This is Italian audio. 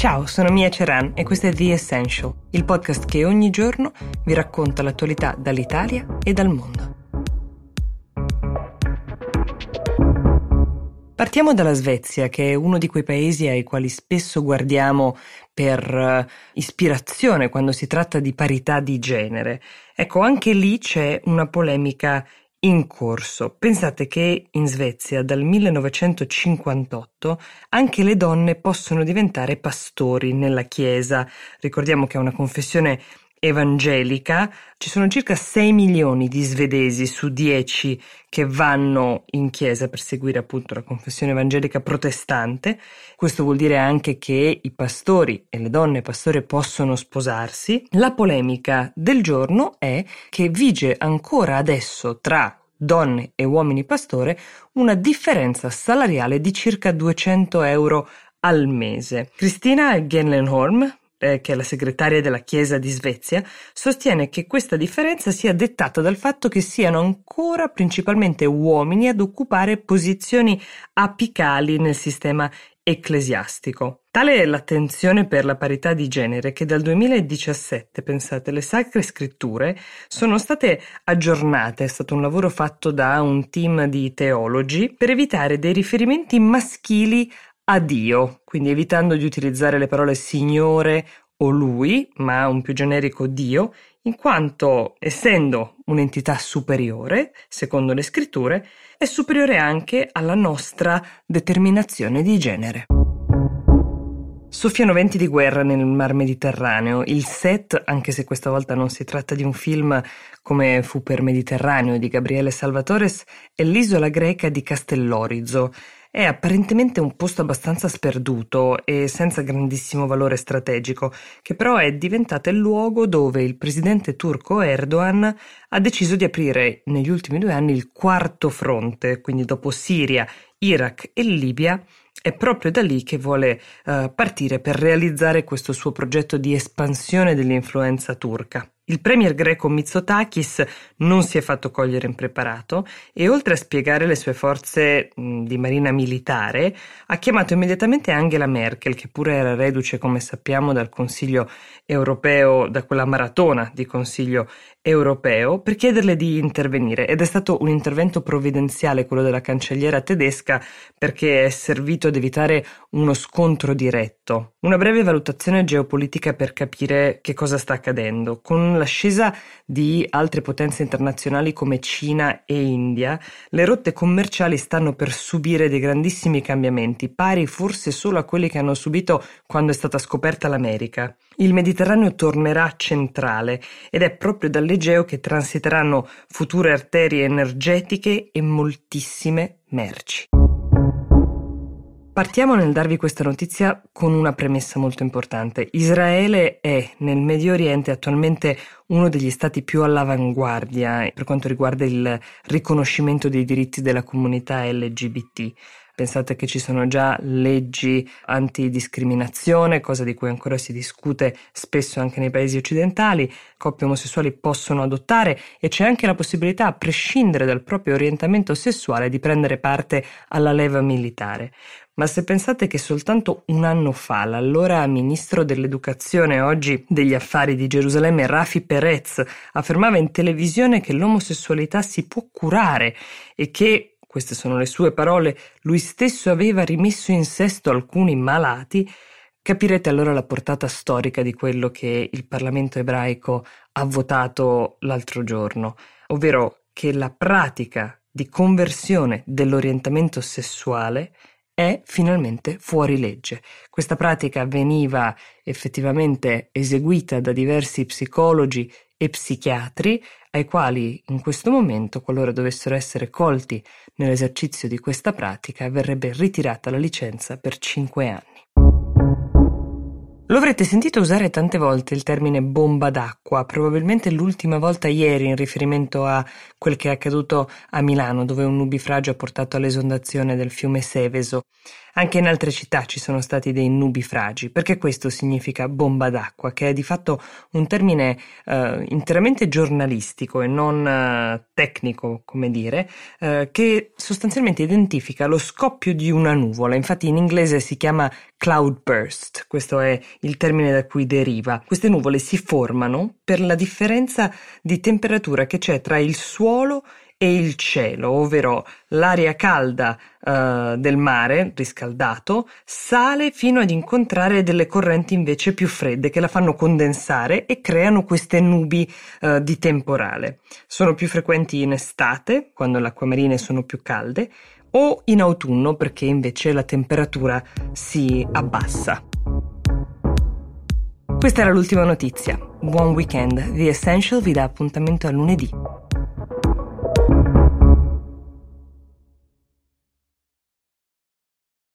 Ciao, sono Mia Ceran e questo è The Essential, il podcast che ogni giorno vi racconta l'attualità dall'Italia e dal mondo. Partiamo dalla Svezia, che è uno di quei paesi ai quali spesso guardiamo per ispirazione quando si tratta di parità di genere. Ecco, anche lì c'è una polemica in corso. Pensate che in Svezia dal 1958 anche le donne possono diventare pastori nella chiesa. Ricordiamo che è una confessione evangelica. Ci sono circa 6 milioni di svedesi su 10 che vanno in chiesa per seguire appunto la confessione evangelica protestante. Questo vuol dire anche che i pastori e le donne pastore possono sposarsi. La polemica del giorno è che vige ancora adesso tra donne e uomini pastore una differenza salariale di circa 200 euro al mese. Cristina Genlenholm, che è la segretaria della Chiesa di Svezia, sostiene che questa differenza sia dettata dal fatto che siano ancora principalmente uomini ad occupare posizioni apicali nel sistema ecclesiastico. Tale è l'attenzione per la parità di genere che dal 2017, pensate, le Sacre Scritture sono state aggiornate. È stato un lavoro fatto da un team di teologi per evitare dei riferimenti maschili a Dio, quindi evitando di utilizzare le parole Signore o Lui, ma un più generico Dio, in quanto, essendo un'entità superiore, secondo le scritture, è superiore anche alla nostra determinazione di genere. Soffiano venti di guerra nel Mar Mediterraneo. Il set, anche se questa volta non si tratta di un film come fu per Mediterraneo di Gabriele Salvatores, è l'isola greca di Castellorizo. È apparentemente un posto abbastanza sperduto e senza grandissimo valore strategico, che però è diventato il luogo dove il presidente turco Erdogan ha deciso di aprire negli ultimi 2 anni il quarto fronte, quindi dopo Siria, Iraq e Libia. È proprio da lì che vuole partire per realizzare questo suo progetto di espansione dell'influenza turca. Il premier greco Mitsotakis non si è fatto cogliere impreparato e, oltre a spiegare le sue forze di marina militare, ha chiamato immediatamente Angela Merkel, che pure era reduce, come sappiamo, dal Consiglio europeo, da quella maratona di Consiglio europeo, per chiederle di intervenire. Ed è stato un intervento provvidenziale quello della cancelliera tedesca, perché è servito ad evitare uno scontro diretto. Una breve valutazione geopolitica per capire che cosa sta accadendo. Con l'ascesa di altre potenze internazionali come Cina e India, le rotte commerciali stanno per subire dei grandissimi cambiamenti, pari forse solo a quelli che hanno subito quando è stata scoperta l'America. Il Mediterraneo tornerà centrale ed è proprio dall'Egeo che transiteranno future arterie energetiche e moltissime merci. Partiamo nel darvi questa notizia con una premessa molto importante. Israele è nel Medio Oriente attualmente uno degli stati più all'avanguardia per quanto riguarda il riconoscimento dei diritti della comunità LGBT. Pensate che ci sono già leggi antidiscriminazione, cosa di cui ancora si discute spesso anche nei paesi occidentali. Coppie omosessuali possono adottare e c'è anche la possibilità, a prescindere dal proprio orientamento sessuale, di prendere parte alla leva militare. Ma se pensate che soltanto un anno fa l'allora ministro dell'educazione, oggi degli affari di Gerusalemme, Rafi Perez, affermava in televisione che l'omosessualità si può curare e che, queste sono le sue parole, lui stesso aveva rimesso in sesto alcuni malati, capirete allora la portata storica di quello che il Parlamento ebraico ha votato l'altro giorno, ovvero che la pratica di conversione dell'orientamento sessuale è finalmente fuori legge. Questa pratica veniva effettivamente eseguita da diversi psicologi e psichiatri, ai quali in questo momento, qualora dovessero essere colti nell'esercizio di questa pratica, verrebbe ritirata la licenza per 5 anni. Lo avrete sentito usare tante volte il termine bomba d'acqua, probabilmente l'ultima volta ieri in riferimento a quel che è accaduto a Milano, dove un nubifragio ha portato all'esondazione del fiume Seveso. Anche in altre città ci sono stati dei nubifragi, perché questo significa bomba d'acqua, che è di fatto un termine interamente giornalistico e non tecnico, come dire, che sostanzialmente identifica lo scoppio di una nuvola. Infatti in inglese si chiama cloud burst, questo è il termine da cui deriva. Queste nuvole si formano per la differenza di temperatura che c'è tra il suolo e il cielo, ovvero l'aria calda del mare, riscaldato, sale fino ad incontrare delle correnti invece più fredde che la fanno condensare e creano queste nubi di temporale. Sono più frequenti in estate, quando le acque marine sono più calde, o in autunno perché invece la temperatura si abbassa. Questa era l'ultima notizia. Buon weekend. The Essential vi dà appuntamento a lunedì.